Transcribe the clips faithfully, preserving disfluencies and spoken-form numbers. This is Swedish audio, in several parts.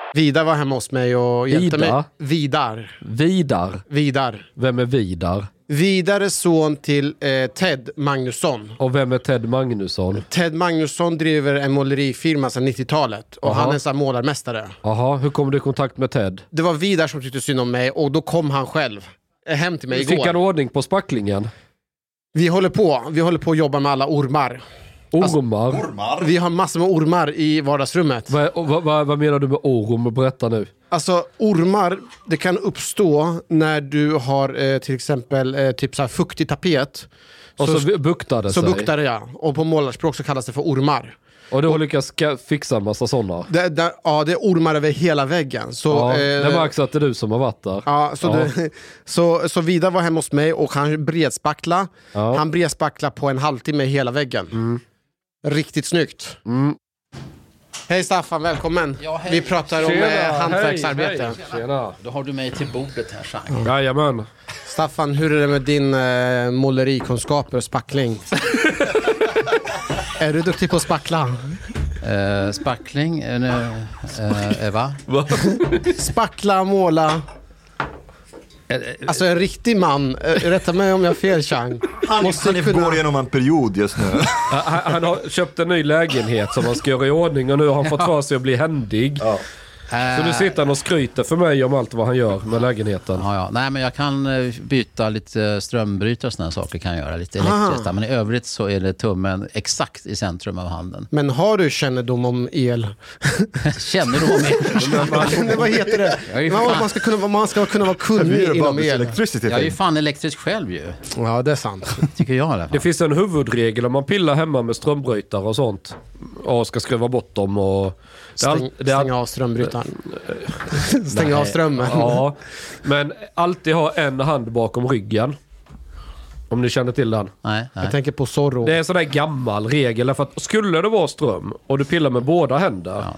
Vidar var hemma hos mig och hjälpte Ida? mig. Vidar. Vidar. Vidar. Vem är Vidar? Vidar är son till eh, Ted Magnusson. Och vem är Ted Magnusson? Ted Magnusson driver en målerifirma sedan nittiotalet. Och Aha. han är en sån här målarmästare. Jaha, hur kom du i kontakt med Ted? Det var Vidar som tyckte synd om mig. Och då kom han själv eh, hem till mig Fick igår. han ordning på spacklingen? Vi håller på. Vi håller på att jobba med alla ormar. Ormar? Ormar? Vi har massor med ormar i vardagsrummet. Vad, vad, vad, vad menar du med orm? Berätta nu. Alltså ormar, det kan uppstå när du har eh, till exempel eh, typ så här fuktig tapet. Och så, så buktar det Så sig. buktar det, ja. Och på målarspråk så kallas det för ormar. Och du har lyckats ska- fixa en massa sådana. Det, det, ja, det är ormar över hela väggen. Så, Ja, eh, det märks att det är du som har varit där. Ja, så, Ja. Det, så, så Vidar var hemma hos mig och han bredspackla. Ja. Han bredspackla på en halvtimme hela väggen. Mm. Riktigt snyggt. Mm. Hej Staffan, välkommen. Ja, hej. Vi pratar om eh, hantverksarbete. Hej, hej. Tjena. Då har du mig till bordet här, Chang. Jajamän. Staffan, hur är det med din eh, målerikonskaper och spackling? Är du duktig på att spackla? Uh, spackling, uh, uh, va? Spackla, måla. Alltså en riktig man, eh, rätta mig om jag har fel, Chang. Han, Måste han kunna- går igenom en period just nu. Han, han har köpt en ny lägenhet som han ska göra i ordning och nu har han fått för sig att bli händig. Ja. Så nu sitter han och skryter för mig om allt vad han gör med lägenheten. Ja, ja. Nej, men jag kan eh, byta lite strömbrytare och sådana saker kan jag göra, lite elektriskt. Ah. Men i övrigt så är det tummen exakt i centrum av handen. Men har du kännedom om el? Känner du om er? Nej, vad heter det? Jag är ju Man, fan, man, ska kunna, man ska kunna vara kunnig inom el. Electricity jag är ju thing. fan elektrisk själv ju, Ja, det är sant. tycker jag i alla fall. Det finns en huvudregel om man pillar hemma med strömbrytare och sånt. Och ska skruva bort dem och... Det är all- Stäng, det är all- stänga av strömbrytaren. Stänga av strömmen. Ja, men alltid ha en hand bakom ryggen. Om ni känner till den. Nej, nej. Jag tänker på Zorro. Det är en sån där gammal regel. För att skulle det vara ström och du pillar med båda händer Ja.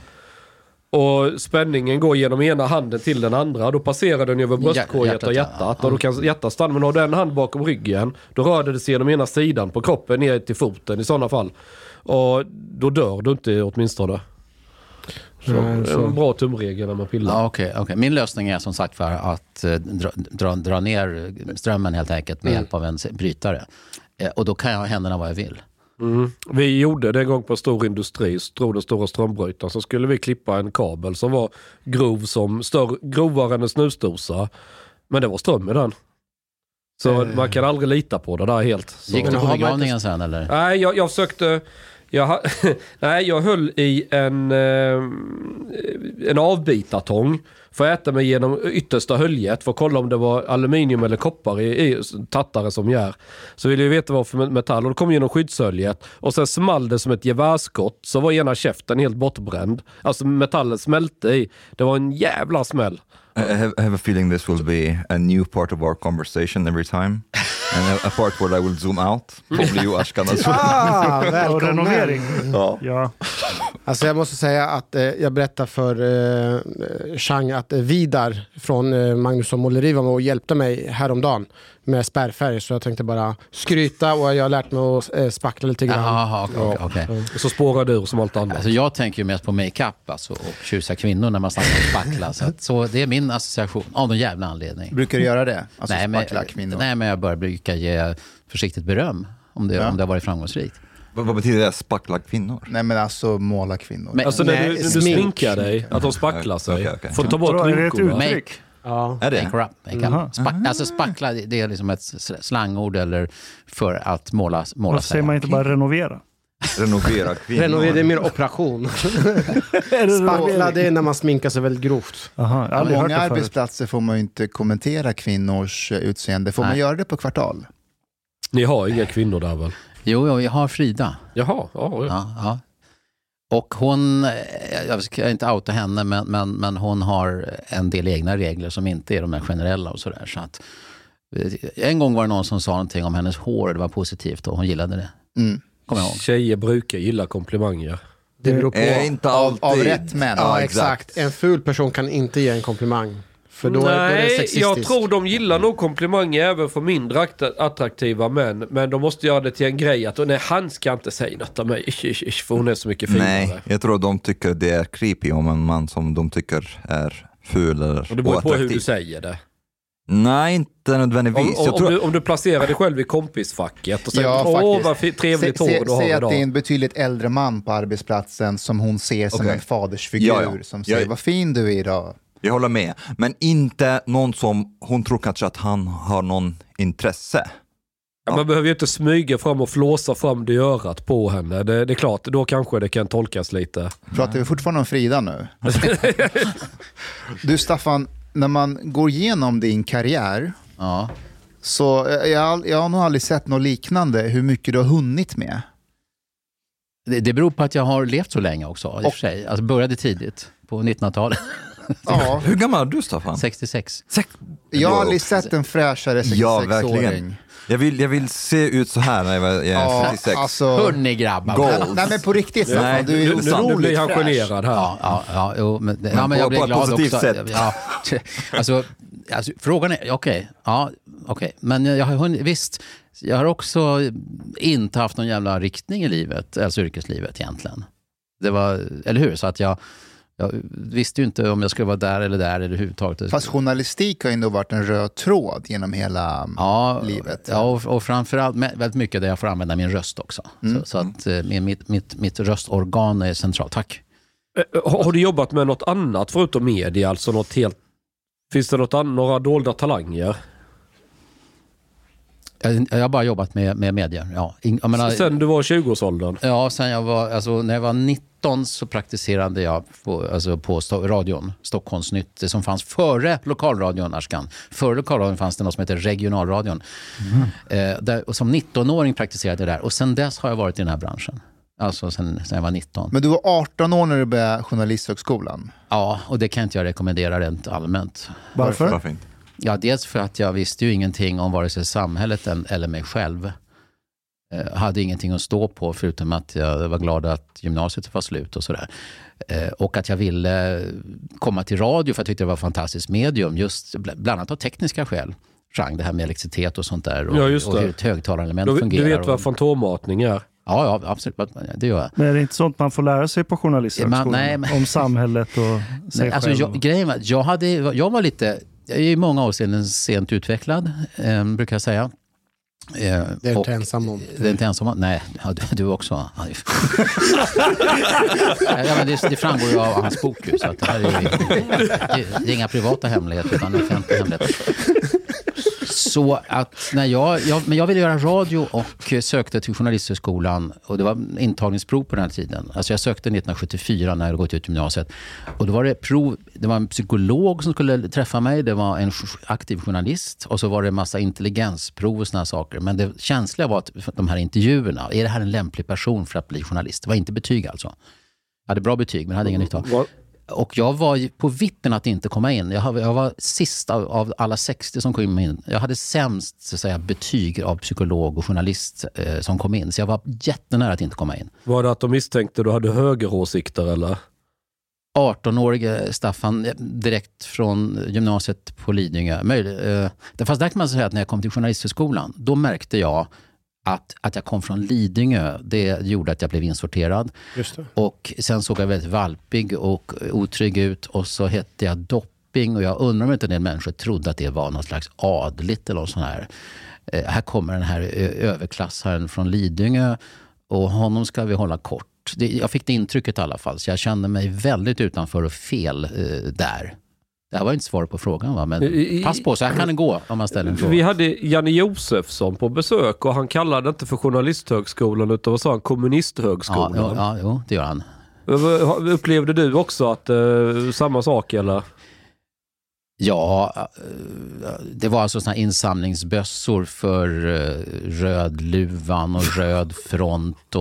och spänningen går genom ena handen till den andra, då passerar den över bröstkorget Hjärtat, och ja. hjärtat. Och då kan hjärtat stanna. Men har du en hand bakom ryggen, då rör det sig genom ena sidan på kroppen ner till foten i sådana fall. Och då dör du inte åtminstone. Så, Nej, det är så. en bra tumregel när man pillar. Ja, okej, okej. Min lösning är som sagt för att eh, dra, dra, dra ner strömmen helt enkelt med Mm. hjälp av en brytare. Eh, och då kan jag ha händerna vad jag vill. Mm. Vi gjorde det en gång på stor industri, drog den stora strömbrytaren, så skulle vi klippa en kabel som var grov som, större, grovare än en snusdosa. Men det var ström i den. Så Eh. man kan aldrig lita på det där helt. Så. Gick Men du på har man begravningen sen eller? Nej, jag, jag försökte... Jag, ha- nej, jag höll i en, eh, en avbitartång för att äta mig genom yttersta höljet för att kolla om det var aluminium eller koppar i, i tattare som gör. Så ville jag veta vad för metall och det kom genom skyddshöljet och sen small det som ett gevärsskott, så var ena käften helt bortbränd. Alltså metallen smälte i. Det var en jävla smäll. I have, I have a feeling this will be a new part of our conversation every time. And a, a part where I will zoom out. Probably you, Ashkan, as well. Ah, Och välkommen. renovering. Ja. Ja. Alltså jag måste säga att eh, jag berättar för eh, Chang att eh, Vidar från eh, Magnusson Måleri var med och hjälpte mig häromdagen med spärrfärg, så jag tänkte bara skryta och jag har lärt mig att eh, spackla lite grann. Jaha, okej. okej, okej. Och så spårade ur som allt annat. Alltså jag tänker ju mest på makeup alltså, och tjusiga kvinnor när man snackar om spackla. Så, att, så det är min association, av någon jävla anledning. Brukar du göra det? Alltså nej, men, spackla kvinnor? nej, men jag bara brukar ge försiktigt beröm om det, Ja. om det har varit framgångsrikt. Vad, vad betyder det? Spackla kvinnor? Nej, men alltså måla kvinnor. Men- Alltså när Nej, du, när du smink. sminkar dig, att de spacklar sig. Okej, okej. Får ta bort Vadå, är det ett rynkorna. uttryck? Make, Ja. Är det? make up, make up. Jaha. Spa- alltså spackla, det är liksom ett s- slangord eller för att måla, måla Varför säger man inte bara renovera? Renovera kvinnor. Renovera, det är mer operation. Är det Spackla, det är när man sminkar sig väldigt grovt. Aha, jag På har aldrig hört många det förut. arbetsplatser får man ju inte kommentera kvinnors eh, utseende. Får man Nej. göra det på kvartal? Ni har inga kvinnor där väl? Jo, jo, jag har Frida. Jaha, ja, ja. Ja, ja. Och hon, eh, jag ska inte outa henne, men, men, men hon har en del egna regler som inte är de här generella och sådär. Så att, eh, en gång var det någon som sa någonting om hennes hår, det var positivt och hon gillade det. Mm. Kommer jag ihåg. Tjejer brukar gilla komplimanger. Det beror på. Är inte Av, alltid. av rätt män. Ja, exakt. En ful person kan inte ge en komplimang. För då, är, då är det Nej, sexistiskt. jag tror de gillar nog komplimanger även för mindre attraktiva män. Men de måste göra det till en grej att nej, han ska inte säga något av mig. Ish, ish, ish, för hon är så mycket finare. Nej, jag tror de tycker det är creepy om en man som de tycker är ful eller Och det beror på hur oattraktiv. du säger det. Nej, inte nödvändigtvis. Om, jag om, tror... du, om du placerar dig själv i kompisfacket och säger Ja, åh faktiskt. vad fi- trevligt Se- hår se- du har Säg att idag. det är en betydligt äldre man på arbetsplatsen som hon ser som Okej. en fadersfigur Ja, ja. som säger Jag- vad fin du är idag. Jag håller med. Men inte någon som hon tror kanske att han har någon intresse. Ja, man behöver ju inte smyga fram och flåsa fram det i örat på henne. Det, det är klart, då kanske det kan tolkas lite. Pratar vi fortfarande om Frida nu? Du Staffan, när man går igenom din karriär Ja. så eh, jag, jag har nog aldrig sett något liknande hur mycket du har hunnit med. Det, det beror på att jag har levt så länge också, i och för sig. Alltså började tidigt, på nittonhundratalet. Ja, Hur gammal är du, Staffan? sextiosex. jag har aldrig sett en fräschare Ja, sextiosex-åring. verkligen. Jag vill, jag vill se ut så här när jag var jag är Ja, sextiosex. alltså, Hörni grabbar. Gold. nej, nej men på riktigt Staffan, Nej, du är Nu, nu, nu otroligt blir han fräsch. generad här. Ja, ja, ja, jo, men, ja, men på- jag blir på ett glad positivt också. sätt. Ja, alltså, alltså, frågan är, okej, ja, okej, men jag har hunnit, visst, jag har också inte haft någon jävla riktning i livet, alltså yrkeslivet egentligen. Det var, eller hur? Så att jag, jag visste ju inte om jag skulle vara där eller där eller överhuvudtaget. Fast journalistik har ändå varit en röd tråd genom hela Ja, livet. ja och, och framförallt med, väldigt mycket där jag får använda min röst också. Så, så att eh, min- mitt, mitt, mitt röstorgan är centralt. Tack. Eh, Har har du jobbat med något annat förutom media? Alltså något helt... Finns det något an- några dolda talanger? Jag, jag har bara jobbat med, med medier. Ja. In, jag menar, Sen du var i tjugoårsåldern? ja, sen jag var, alltså, när jag var nitton så praktiserade jag på, alltså, på Sto- radion, Stockholmsnytt, det som fanns före lokalradion, Arskan. Före lokalradion fanns det något som heter regionalradion. Eh, där, och som nittonåring praktiserade jag där. Och sen dess har jag varit i den här branschen. Alltså sen, sen jag var nitton. Men du var arton år när du började journalisthögskolan. Ja, och det kan inte jag rekommendera rent allmänt. Varför? Varför inte? Ja, dels för att jag visste ju ingenting om vare sig samhället än- eller mig själv. Jag hade ingenting att stå på förutom att jag var glad att gymnasiet var slut och sådär. Eh, Och att jag ville komma till radio för att jag tyckte det var ett fantastiskt medium. Just bl- bland annat av tekniska skäl. Jean, det här med elektricitet och sånt där. Och, Ja, just och det. hur ett högtalarelement Du, fungerar. du vet och, vad fantommatning är? ja, ja, absolut. Det gör jag. Men är det inte sånt man får lära sig på journalisthögskolan? Man- nej, men- Om samhället och sig Nej, alltså själv? jag, grejen var, att jag, hade, jag var lite, jag är i många avseenden sent utvecklad, eh, brukar jag säga. Eh, Det är du och- inte ensam om. Det är inte ensam om. Nej, ja, du, du också. Ja, men det, det framgår ju av hans bok. ju, Så att det, här är ju, det, det är inga privata hemligheter utan offentliga hemligheter. Så att när jag, jag, men jag ville göra radio och sökte till journalisthögskolan och det var intagningsprov på den här tiden. Alltså jag sökte nittonhundrasjuttiofyra när jag gått ut gymnasiet. Och då var det prov, det var en psykolog som skulle träffa mig, det var en aktiv journalist och så var det en massa intelligensprov och såna saker. Men det känsliga var att de här intervjuerna, är det här en lämplig person för att bli journalist? Det var inte betyg alltså. Jag hade bra betyg men hade ingen nytta. Vad- Och jag var ju på vippen att inte komma in. Jag, har, jag var sista av alla sextio som kom in. Jag hade sämst så att säga, betyg av psykolog och journalist eh, som kom in. Så jag var jättenära att inte komma in. Var det att de misstänkte du hade högeråsikter eller? arton-årige Staffan direkt från gymnasiet på Lidingö. Möjligt, eh, det fast där kan man säga att när jag kom till journalisthögskolan, då märkte jag att, att jag kom från Lidingö. Det gjorde att jag blev insorterad. Just det. Och sen såg jag väldigt valpig och otrygg ut och så hette jag Dopping och jag undrar om inte en del människor trodde att det var något slags adligt eller något sånt här. Eh, här kommer den här ö- överklassaren från Lidingö och honom ska vi hålla kort. Det, jag fick det intrycket i alla fall så jag kände mig väldigt utanför och fel eh, där. Det här var inte svar på frågan va? Men I- pass på, så här kan det gå om man ställer en fråga. Vi hade Janne Josefsson på besök och han kallade det inte för journalisthögskolan utan vad sa han? Ja, Kommunisthögskolan. ja, ja, jo, det gör han. Upplevde du också att uh, samma sak eller? Ja, eh, det var alltså såna här insamlingsbössor för eh, Rödluvan och Röd front och, och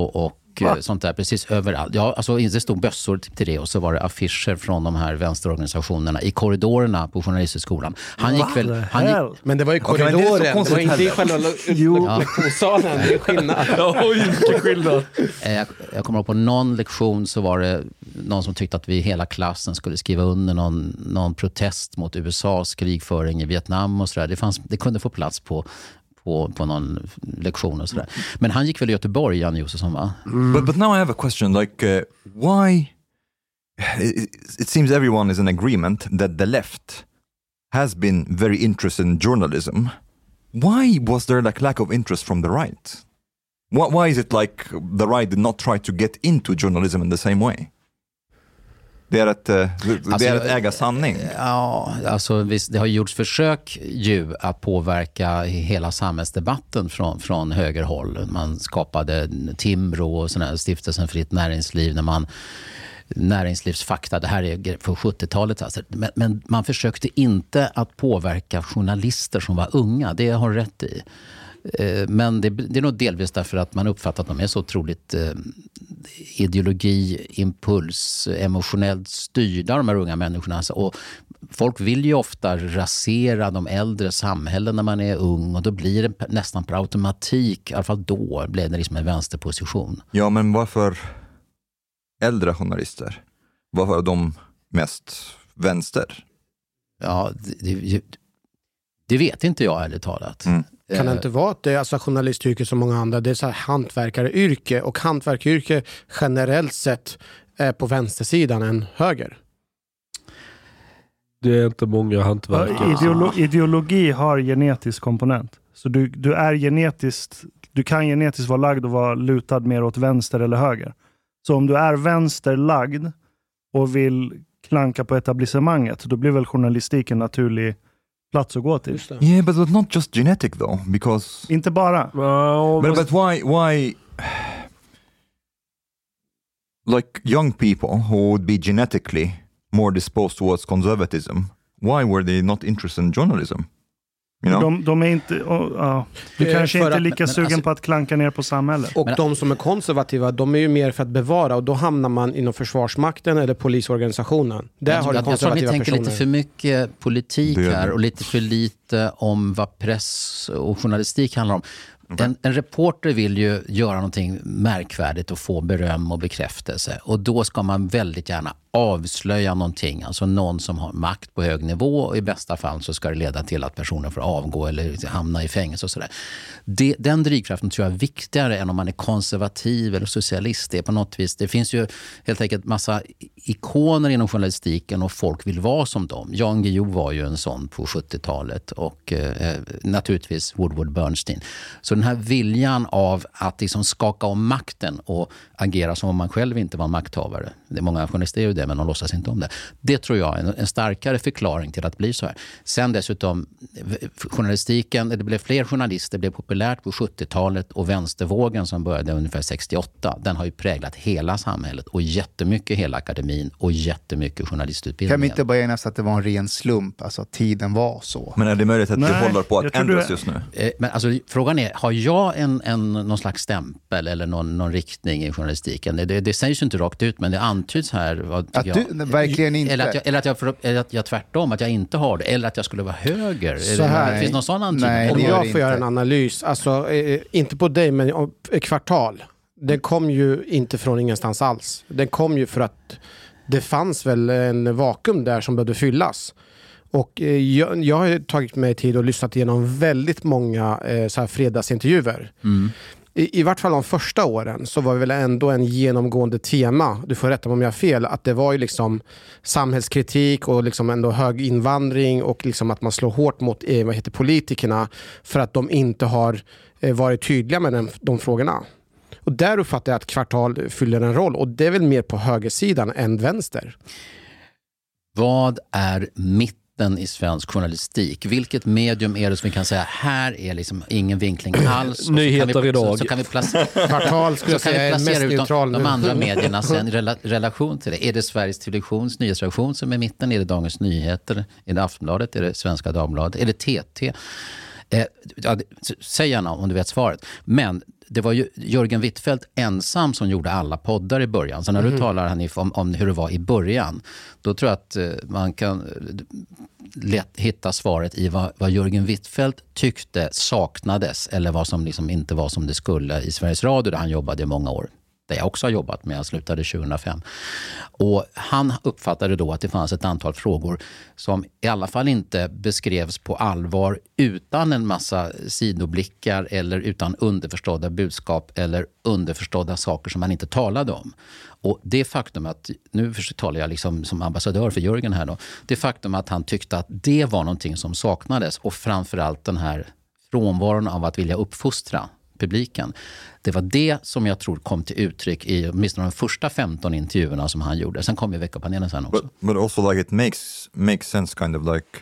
Va? sånt där precis överallt. Ja, alltså det stod bössor till det och så var det affischer från de här vänsterorganisationerna i korridorerna på journalisthögskolan. Han gick väl... Han gick, men det var ju korridoren, okay, det, det var inte i själva lektionssalen. Det är skillnad. Oj, vilken skillnad. Jag, jag kommer ihåg på någon lektion så var det någon som tyckte att vi hela klassen skulle skriva under någon, någon protest mot U S A:s krigföring i Vietnam och sådär. Det, fanns, det kunde få plats på På, på någon lektion och sådär. Men han gick väl i Göteborg, Jan Josefsson, va? Mm. But, but now I have a question, like, uh, why... It, it seems everyone is in agreement that the left has been very interested in journalism. Why was there like lack of interest from the right? Why, why is it like the right did not try to get into journalism in the same way? Det är ett, det alltså, är ett äga sanning. Ja, alltså visst, det har gjorts försök ju att påverka hela samhällsdebatten från, från högerhåll. Man skapade Timbro och sån här Stiftelsen Fritt Näringsliv när man näringslivsfakta, det här är för sjuttiotalet alltså. men, men man försökte inte att påverka journalister som var unga, det har rätt i. Men det, det är nog delvis därför att man uppfattar att de är så otroligt eh, ideologi, impuls, emotionellt styrda, de här unga människorna. Alltså, och folk vill ju ofta rasera de äldre samhällen när man är ung och då blir det nästan per automatik, i alla fall då blir det liksom en vänsterposition. Ja, men varför äldre journalister? Varför är de mest vänster? Ja, det, det, det vet inte jag ärligt talat. Mm. Kan det inte vara att det är alltså journalistyrke som många andra, det är så här hantverkaryrke, och hantverkaryrke generellt sett är på vänstersidan än höger? Det är inte många hantverkare. Ideolo- ideologi har genetisk komponent. Så du, du är genetiskt, du kan genetiskt vara lagd och vara lutad mer åt vänster eller höger. Så om du är vänsterlagd och vill klanka på etablissemanget, då blir väl journalistiken naturlig plats att gå till. Yeah, but it's not just genetic though, because... Inte bara. Well, but, but why, why... Like young people who would be genetically more disposed towards conservatism, why were they not interested in journalism? You know? De, de är inte... Oh, oh. Du Eh, kanske för inte är att- lika men- sugen alltså- på att klanka ner på samhället. Och Men- de som är konservativa, de är ju mer för att bevara, och då hamnar man inom försvarsmakten eller polisorganisationen. Där Jag, har du jag, jag tror att ni konservativa tänker personer. lite för mycket politik Det är det. här och lite för lite om vad press och journalistik handlar om. En, en reporter vill ju göra någonting märkvärdigt och få beröm och bekräftelse. Och då ska man väldigt gärna avslöja någonting. Alltså någon som har makt på hög nivå. Och i bästa fall så ska det leda till att personen får avgå eller hamna i fängelse och sådär. Det, den drivkraften tror jag är viktigare än om man är konservativ eller socialist. Det är på något vis, det finns ju helt enkelt massa ikoner inom journalistiken och folk vill vara som dem. Jan Guillou var ju en sån på sjuttiotalet och eh, naturligtvis Woodward Bernstein. Så den här viljan av att liksom skaka om makten och agera som om man själv inte var makthavare. Det är många journalister ju det, men de låtsas inte om det. Det tror jag är en, en starkare förklaring till att bli så här. Sen dessutom journalistiken, det blev fler journalister, det blev populärt på sjuttiotalet och vänstervågen som började ungefär sextioåtta, den har ju präglat hela samhället och jättemycket hela akademin och jättemycket journalistutbildningen. Kan vi inte bara enas att det var en ren slump, alltså att tiden var så? Men är det möjligt att Nej, det håller på jag att tror ändras du- just nu? Eh, Men alltså, frågan är, har jag en, en, någon slags stämpel eller någon, någon riktning i journalistiken? Det, det, det sägs ju inte rakt ut, men det antyds här. Vad, Att jag, du, verkligen inte. Eller att, jag, eller, att jag, för- eller att jag tvärtom, att jag inte har det. Eller att jag skulle vara höger. Så Är här- det, finns någon sån antydning? Nej, Om det gör jag det får göra inte. en analys, alltså eh, inte på dig men om- eh, kvartal. Den kom ju inte från ingenstans alls. Den kom ju för att det fanns väl en vakuum där som behövde fyllas. Och eh, jag, jag har tagit mig tid och lyssnat igenom väldigt många eh, så här fredagsintervjuer. Mm. I, I vart fall de första åren så var det väl ändå en genomgående tema, du får rätta mig om jag har fel, att det var ju liksom samhällskritik och liksom ändå hög invandring och liksom att man slår hårt mot eh, vad heter politikerna för att de inte har eh, varit tydliga med den, de frågorna. Och där uppfattar jag att Kvartal fyller en roll, och det är väl mer på högersidan än vänster. Vad är mitten i svensk journalistik? Vilket medium är det som vi kan säga, här är liksom ingen vinkling alls. Och så Nyheter kan vi, idag. Så, så kan vi placera, Kvartal skulle så jag kan vi säga är mest placera ut neutral de, de nu. andra medierna sen i rela, relation till det. Är det Sveriges Televisions nyhetsredaktion som är mitten? Är det Dagens Nyheter? Är det Aftonbladet? Är det Svenska Dagbladet? Är det T T? Eh, ja, det, säg gärna om du vet svaret. Men det var ju Jörgen Wittfeldt ensam som gjorde alla poddar i början. Så när mm. du talar Hanif, om, om hur det var i början, då tror jag att eh, man kan lätt hitta svaret i vad, vad Jörgen Wittfeldt tyckte saknades eller vad som liksom inte var som det skulle i Sveriges Radio där han jobbade i många år. Där jag också har jobbat med, jag slutade tjugohundrafem. Och han uppfattade då att det fanns ett antal frågor som i alla fall inte beskrevs på allvar utan en massa sidoblickar eller utan underförstådda budskap eller underförstådda saker som man inte talade om. Och det faktum att, nu talar jag liksom som ambassadör för Jörgen här då, det faktum att han tyckte att det var någonting som saknades och framförallt den här frånvaron av att vilja uppfostra publiken. Det var det som jag tror kom till uttryck i åtminstone de första femton intervjuerna som han gjorde. Sen kom ju veckopanelen sen också. But, but also like it makes, makes sense kind of like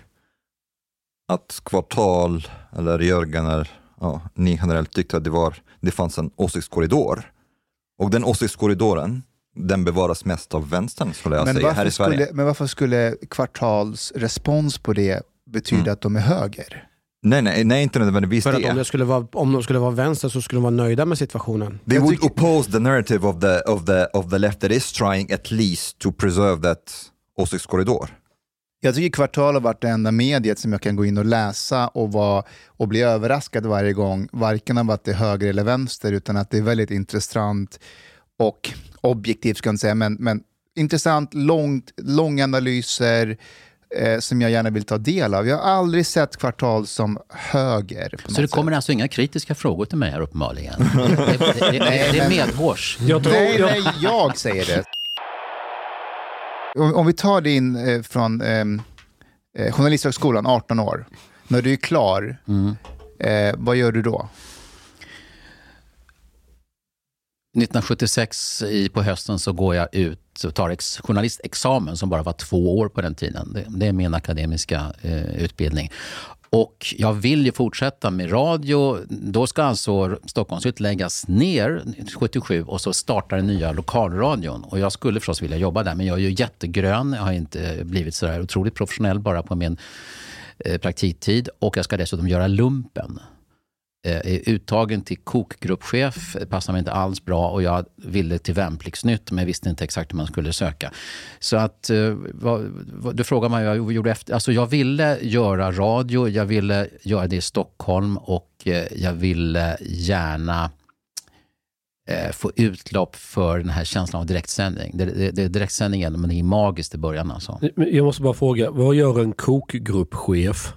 att Kvartal eller Jörgen eller ja, ni generellt tyckte att det, var, det fanns en åsiktskorridor. Och den åsiktskorridoren den bevaras mest av vänstern skulle jag men säga här i Sverige. Skulle, men varför skulle Kvartals respons på det betyda mm. att de är höger? Nej, nej, nej, inte nödvändigtvis För det. att om, det skulle vara, om de skulle vara vänster så skulle de vara nöjda med situationen. They would oppose the narrative of the, of, the, of the left that is trying at least to preserve that åsiktskorridor. Jag tycker Kvartal har varit det enda mediet som jag kan gå in och läsa och, var, och bli överraskad varje gång. Varken av att det är höger eller vänster utan att det är väldigt intressant och objektivt ska jag inte säga. Men, men intressant, långt, långa analyser eh, som jag gärna vill ta del av. Jag har aldrig sett Kvartal som höger. Så det kommer sätt. Alltså inga kritiska frågor till mig här uppenbarligen? det, det, det, det, det, det är medhårs. Jag tror, nej, nej, jag säger det. Om, om vi tar din eh, från eh, Journalisthögskolan, arton år. När du är klar, mm. eh, vad gör du då? nittonhundrasjuttiosex i, på hösten så går jag ut och tar ex, journalistexamen som bara var två år på den tiden. Det, det är min akademiska eh, utbildning. Och jag vill ju fortsätta med radio. Då ska alltså Stockholmsut läggas ner sjuttiosju och så startar den nya lokalradion. Och jag skulle förstås vilja jobba där, men jag är ju jättegrön. Jag har inte blivit så där otroligt professionell bara på min eh, praktiktid. Och jag ska dessutom göra lumpen. Eh, uttagen till kokgruppchef passar mig inte alls bra och jag ville till värnpliktsnytt men visste inte exakt hur man skulle söka. Så att eh, vad, vad, du frågar mig vad jag gjorde efter. Alltså jag ville göra radio, jag ville göra det i Stockholm och eh, jag ville gärna eh, få utlopp för den här känslan av direktsändning. Det, det, det är direktsändningen men det är magiskt i början alltså. Jag måste bara fråga, vad gör en kokgruppchef?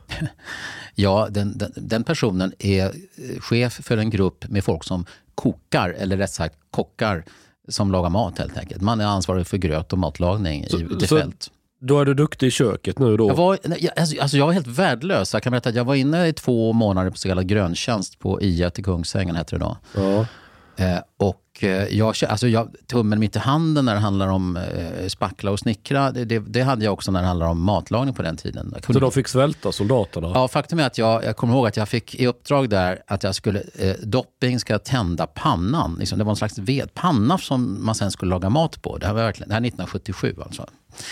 Ja, den, den, den personen är chef för en grupp med folk som kokar, eller rätt sagt kockar som lagar mat helt enkelt. Man är ansvarig för gröt och matlagning så, i det fält. Då är du duktig i köket nu då? Jag var, alltså, alltså jag var helt värdelös. Jag kan berätta att jag var inne i två månader på så kallad gröntjänst på I A till Kungsängen heter det då. Ja. Eh, och jag, alltså jag, tummen mitt i handen när det handlar om eh, spackla och snickra, det, det, det hade jag också när det handlar om matlagning på den tiden. Så de fick svälta soldaterna? Ja, faktum är att jag, jag kommer ihåg att jag fick i uppdrag där att jag skulle, eh, dopping ska tända pannan. Liksom, det var en slags vedpanna som man sen skulle laga mat på. Det här var verkligen, det här nittonhundrasjuttiosju alltså.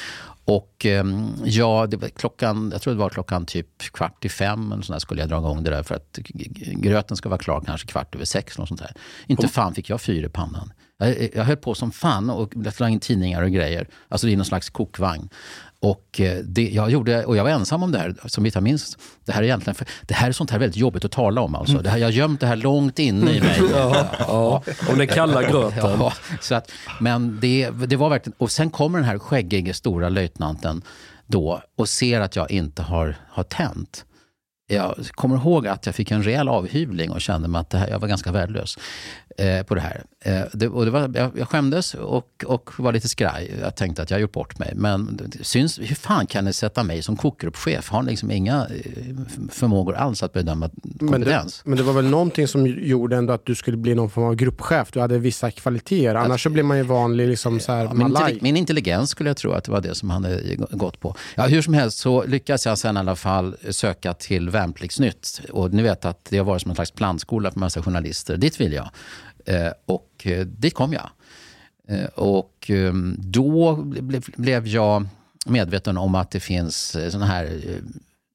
Och ja, det var klockan, jag tror det var klockan typ kvart i fem eller sånt där skulle jag dra igång det där för att gröten ska vara klar kanske kvart över sex eller sånt där. Inte fan fick jag fyra i pannan. Jag, jag höll på som fan och lade in tidningar och grejer. Alltså det är någon slags kokvagn. Och det jag gjorde, och jag var ensam om det här som vi tar minst. Det här är egentligen, för, det här är sånt här väldigt jobbigt att tala om alltså. Det här, jag har gömt det här långt inne i mig. ja, ja. Om den kalla gröten. Ja, så att, men det, det var verkligen, och sen kommer den här skäggiga stora löjtnanten då och ser att jag inte har, har tänt. Jag kommer ihåg att jag fick en rejäl avhyvling och kände mig att det här, jag var ganska värdelös eh, på det här. Eh, det, och det var, jag, jag skämdes och, och var lite skraj. Jag tänkte att jag gjort bort mig. Men syns, hur fan kan ni sätta mig som kokgruppchef? Har liksom inga förmågor alls att bedöma kompetens. Men det, men det var väl någonting som gjorde ändå att du skulle bli någon form av gruppchef. Du hade vissa kvaliteter. Annars att, så blir man ju vanlig liksom så här ja, min, min intelligens skulle jag tro att det var det som han hade gått på. Ja, hur som helst så lyckas jag sen i alla fall söka till värnpliktsnytt. Och ni vet att det har varit som en slags plantskola för massa journalister. Dit vill jag. Eh, och eh, dit kom jag. Eh, och eh, då ble, blev jag medveten om att det finns eh, såna här eh,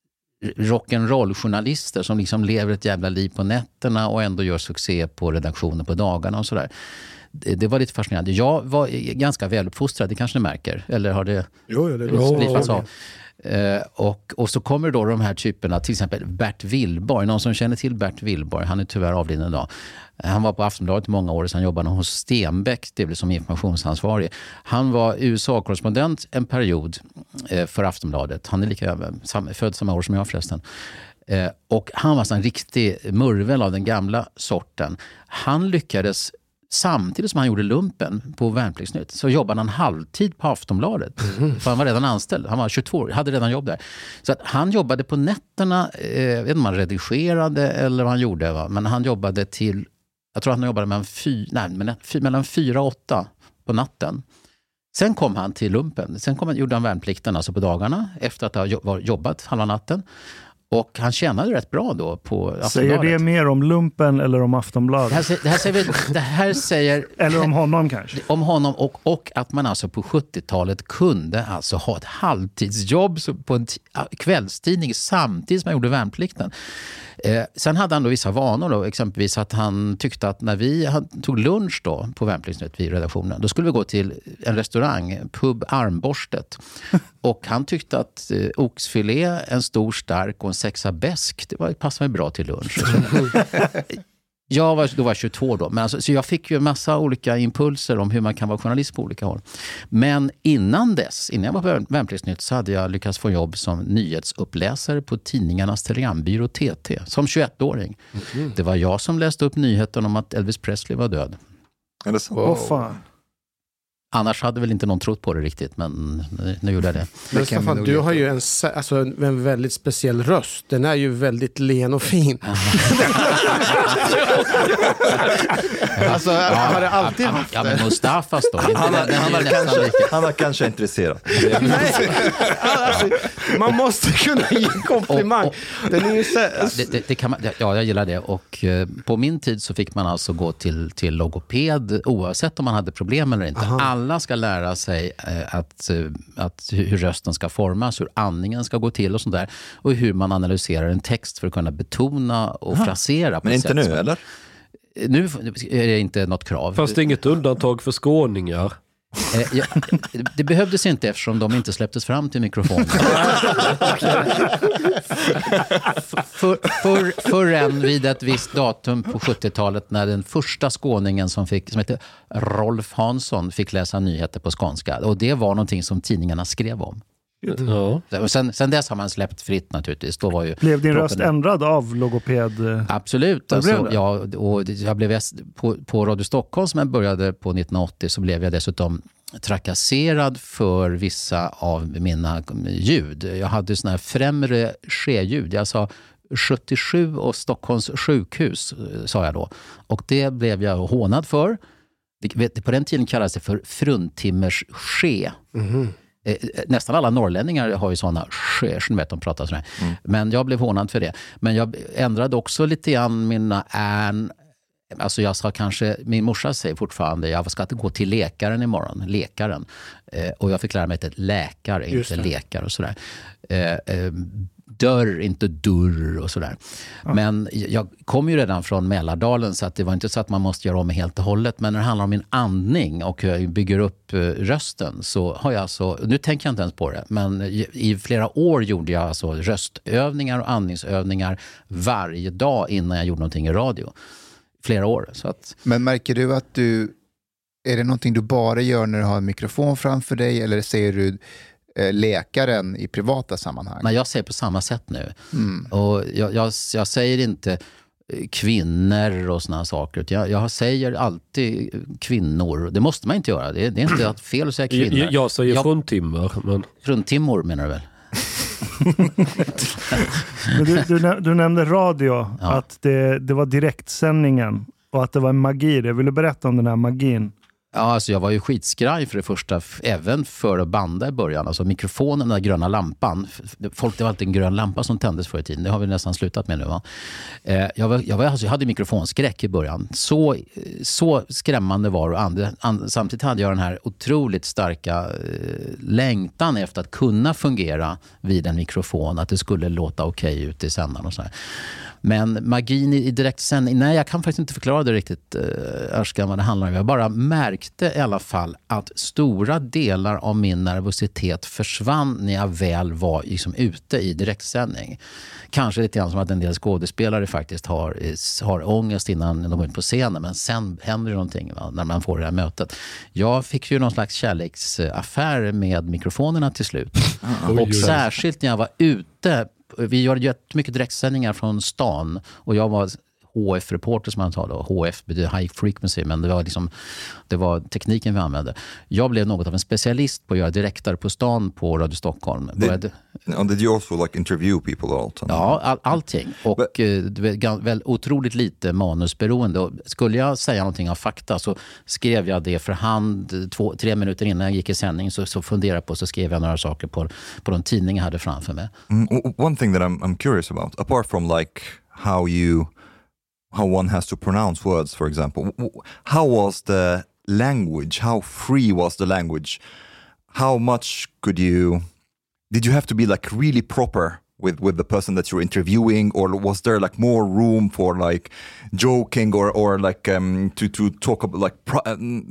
rock'n'roll-journalister som liksom lever ett jävla liv på nätterna och ändå gör succé på redaktionen på dagarna och sådär. Det, det var lite fascinerande. Jag var ganska väluppfostrad, det kanske ni märker. Eller har det... Jo, det slipats av? Uh, och, och så kommer då de här typerna, till exempel Bert Willborg. Någon som känner till Bert Willborg, han är tyvärr avliden idag. Han var på Aftonbladet i många år, sedan jobbade hos Stenbeck, det blev som informationsansvarig. Han var U S A-korrespondent en period uh, för Aftonbladet. Han är lika sam, född samma år som jag förresten. Uh, och han var en riktig murvel av den gamla sorten. Han lyckades, samtidigt som han gjorde lumpen på Värnpliktsnytt, så jobbade han halvtid på Aftonbladet. Mm. För han var redan anställd. Han var tjugotvå år, hade redan jobb där. Så att han jobbade på nätterna, eh, jag vet inte om han redigerade eller vad han gjorde. Va? Men han jobbade till, jag tror han jobbade mellan, fy, nej, mellan, fy, mellan fyra och åtta på natten. Sen kom han till lumpen. Sen kom han, gjorde han värnplikten alltså på dagarna efter att ha jobbat halva natten. Och han tjänade rätt bra då på Aftonbladet. Säger det mer om lumpen eller om Aftonbladet? Det här, det här säger, det här säger eller om honom kanske? Om honom och, och att man alltså på sjuttiotalet kunde alltså ha ett halvtidsjobb på en t- kvällstidning samtidigt som man gjorde värnplikten. Eh, sen hade han då vissa vanor då, exempelvis att han tyckte att när vi hade, tog lunch då på Värnpliktsnytt vid redaktionen, då skulle vi gå till en restaurang, Pub Armborstet. Och han tyckte att eh, oxfilé, en stor stark och en sexa bäsk, det var, passade mig bra till lunch. Jag var, då var jag tjugotvå då, men alltså, så jag fick ju en massa olika impulser om hur man kan vara journalist på olika håll. Men innan dess, innan jag var på Värnpliktsnytt, så hade jag lyckats få jobb som nyhetsuppläsare på tidningarnas telegrambyrå T T som tjugoettåring. Mm. Det var jag som läste upp nyheten om att Elvis Presley var död. Är det så? Åh oh, fan. Annars hade väl inte någon trott på det riktigt, men nu, nu gjorde jag det. Men Staffan, du har ju en, alltså, en väldigt speciell röst. Den är ju väldigt len och fin. Alltså, ja, har det alltid haft ja, men Mustafas då. Han, han, han, han, kanske, han var kanske intresserad. Nej, alltså, man måste kunna ge komplimang. Och, och, Den är ju så, alltså. det, det, det kan man, ja, jag gillar det. Och eh, på min tid så fick man alltså gå till, till logoped oavsett om man hade problem eller inte. Aha. Alla ska lära sig eh, att, eh, att hur rösten ska formas, hur andningen ska gå till och sånt där. Och hur man analyserar en text för att kunna betona och Aha. frasera. På Men inte nu, som, eller? Nu är det inte något krav. Fast det är inget undantag för skåningar. Eh, ja, det behövdes inte eftersom de inte släpptes fram till mikrofonen. för, för, förrän vid ett visst datum på sjuttiotalet när den första skåningen som, fick, som heter Rolf Hansson fick läsa nyheter på skånska. Och det var någonting som tidningarna skrev om. Ja. Och sen, sen dess har man släppt fritt naturligtvis. Då var ju blev din röst ändrad av logoped? Absolut. Alltså, ja, och jag blev på, på Radio Stockholm som jag började på nittonhundraåttio så blev jag dessutom trakasserad för vissa av mina ljud. Jag hade såna här främre ske-ljud. Jag sa sjuttiosju och Stockholms sjukhus sa jag då. Och det blev jag hånad för. På den tiden kallades det för fruntimmers ske. Mm-hmm. Nästan alla norrlänningar har ju sådana skärs, vet de pratar sådär. Mm. Men jag blev hånad för det. Men jag ändrade också lite grann mina ärn. Alltså jag sa kanske, min morsa säger fortfarande, jag ska inte gå till läkaren imorgon, läkaren. Eh, och jag fick lära mig ett läkare, inte läkare och sådär. Eh, eh, dörr, inte dörr och sådär. Ja. Men jag kom ju redan från Mälardalen så att det var inte så att man måste göra om helt och hållet. Men när det handlar om min andning och hur jag bygger upp rösten så har jag alltså, nu tänker jag inte ens på det, men i flera år gjorde jag alltså röstövningar och andningsövningar varje dag innan jag gjorde någonting i radio. Flera år. Så att... Men märker du att du, är det någonting du bara gör när du har en mikrofon framför dig eller ser du läkaren i privata sammanhang? Men jag säger på samma sätt nu. Mm. Och jag, jag, jag säger inte kvinnor och såna saker. Jag, jag säger alltid kvinnor. Det måste man inte göra. Det, det är inte att fel att säga kvinnor. Jag, jag säger fruntimmer. Men... Fruntimmor menar du väl? Men du, du, du nämnde radio. Ja. Att det, det var direktsändningen. Och att det var en magi. Vill du berätta om den här magin? Ja, alltså jag var ju skitskraj för det första, f- även för att banda i början. Alltså mikrofonen, den där gröna lampan. F- Folk, det var alltid en grön lampa som tändes förr i tiden. Det har vi nästan slutat med nu, va? Eh, jag, var, jag, var, alltså, jag hade mikrofonskräck i början. Så, så skrämmande var det. And, and, samtidigt hade jag den här otroligt starka eh, längtan efter att kunna fungera vid en mikrofon. Att det skulle låta okej ut i sändaren och så här. Men magin i, i direktsändning, nej jag kan faktiskt inte förklara det riktigt, äh, Ashkan, vad det handlar om. Jag bara märkte i alla fall att stora delar av min nervositet försvann när jag väl var liksom ute i direktsändning. Kanske lite grann som att en del skådespelare faktiskt har, har ångest innan de går in på scenen, men sen händer det någonting, va, när man får det här mötet. Jag fick ju någon slags kärleksaffär med mikrofonerna till slut. Mm. Och särskilt när jag var ute. Vi gör jättemycket direktsändningar från stan och jag var H F-reporter som man tar då. H F betyder high frequency, men det var liksom det var tekniken vi använde. Jag blev något av en specialist på att göra direktare på stan på Radio Stockholm. Did, Började, did you also like interview people all the time? ja, all, allting. Och But, eh, väl otroligt lite manusberoende. Och skulle jag säga någonting av fakta så skrev jag det för hand två, tre minuter innan jag gick i sändning, så, så funderade på så skrev jag några saker på, på de tidningar jag hade framför mig. Mm, one thing that I'm, I'm curious about, apart from like how you how one has to pronounce words, for example. How was the language? How free was the language? How much could you... Did you have to be like really proper with, with the person that you're interviewing, or was there like more room for like joking or, or like um, to, to talk about like pri-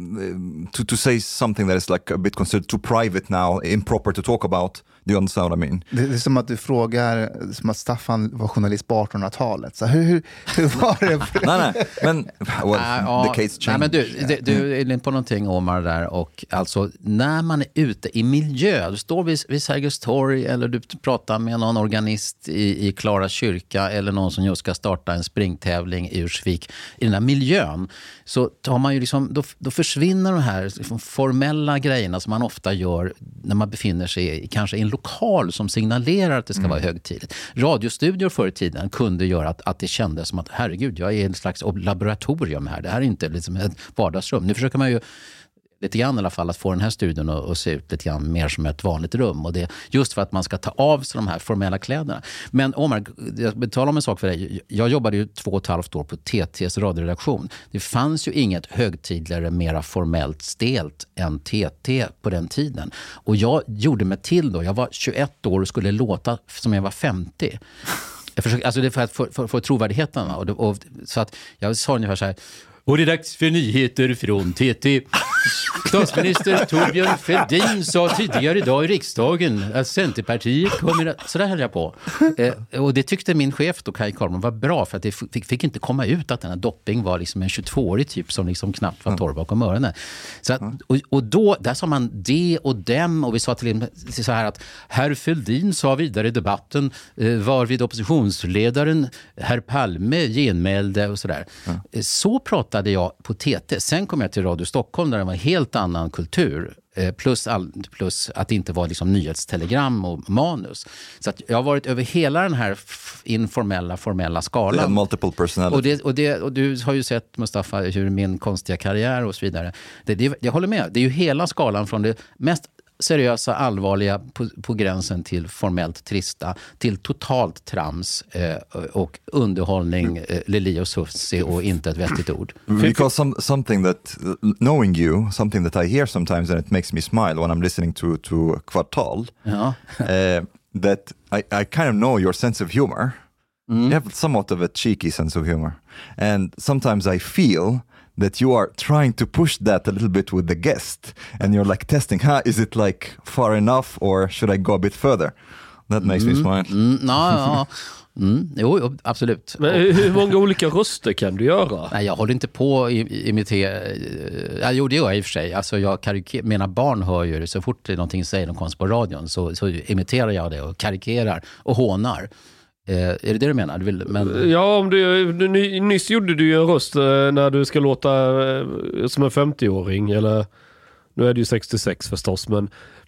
um, to, to say something that is like a bit considered too private now, improper to talk about? Do you understand what I mean? Det är som att du frågar, som att Staffan var journalist på artonhundratalet. Så hur, hur, hur var det? nej, nej, men well, äh, the case changed. Nej, men du, du, du är inne på någonting, Omar, där. Och alltså, när man är ute i miljö, du står vid, vid Sergels torg eller du pratar med någon organist i, i Klara kyrka eller någon som just ska starta en springtävling i Ursvik, i den här miljön, så tar man ju liksom, då, då försvinner de här liksom formella grejerna som man ofta gör när man befinner sig i, kanske i en lokal som signalerar att det ska mm. vara högtidligt. Radiostudior förr i tiden kunde göra att, att det kändes som att herregud, jag är i ett slags laboratorium här. Det här är inte liksom ett vardagsrum. Nu försöker man ju lite grann i alla fall att få den här studion att, att se ut lite grann mer som ett vanligt rum. Och det just för att man ska ta av sig de här formella kläderna. Men Omar, jag betalar om en sak för dig. Jag jobbade ju två och ett halvt år på T T:s radioredaktion. Det fanns ju inget högtidligare, mera formellt stelt än T T på den tiden. Och jag gjorde mig till då. Jag var tjugoett år och skulle låta som jag var femtio. Jag försöker, alltså det är för att få, för, för trovärdigheten. Och, och, så att jag sa ungefär så här: och det är dags för nyheter från T T. Statsminister Torbjörn Fälldin sa tidigare idag i riksdagen att Centerpartiet kommer att... Så där höll jag på. Eh, och det tyckte min chef då, Kaj Karlman, var bra, för att det fick, fick inte komma ut att den här dopping var liksom en tjugotvåårig typ som liksom knappt var torr bakom öronen. Så att, och, och då, där sa man det och dem, och vi sa till, till så här att herr Fälldin sa vidare i debatten eh, varvid oppositionsledaren herr Palme genmälde och sådär. Mm. Så pratade jag på T T. Sen kom jag till Radio Stockholm där det var en helt annan kultur. Plus, all, plus att det inte var liksom nyhetstelegram och manus. Så att jag har varit över hela den här f- informella, formella skalan. Multiple personality. Och, det, och, det, och du har ju sett, Mustafa, hur min konstiga karriär och så vidare. Det, det, jag håller med. Det är ju hela skalan från det mest seriösa, allvarliga på, på gränsen till formellt trista, till totalt trams eh, och underhållning, eh, Lili och Sussi och inte ett vettigt ord. Because some, something that, knowing you, something that I hear sometimes and it makes me smile when I'm listening to, to Kvartal, ja. uh, that I, I kind of know your sense of humor. Mm. You have somewhat of a cheeky sense of humor. And sometimes I feel that you are trying to push that a little bit with the guest, and you're like testing, huh, is it like far enough or should I go a bit further? That makes mm, me smile. Mm, no, no. Mm, jo, absolut. Men hur många olika röster kan du göra? Nej, jag håller inte på att imitera. Ja, jo, det gör jag i och för sig. Alltså, jag kariker- mina barn hör ju det. Så fort det är någonting säger de konst på radion så, så imiterar jag det och karikerar och hånar. Eh, är det det du menar? Du vill, men... Ja, om du, du, nyss gjorde du ju en röst när du ska låta eh, som en femtioåring. Eller, nu är det ju sextiosex förstås, men...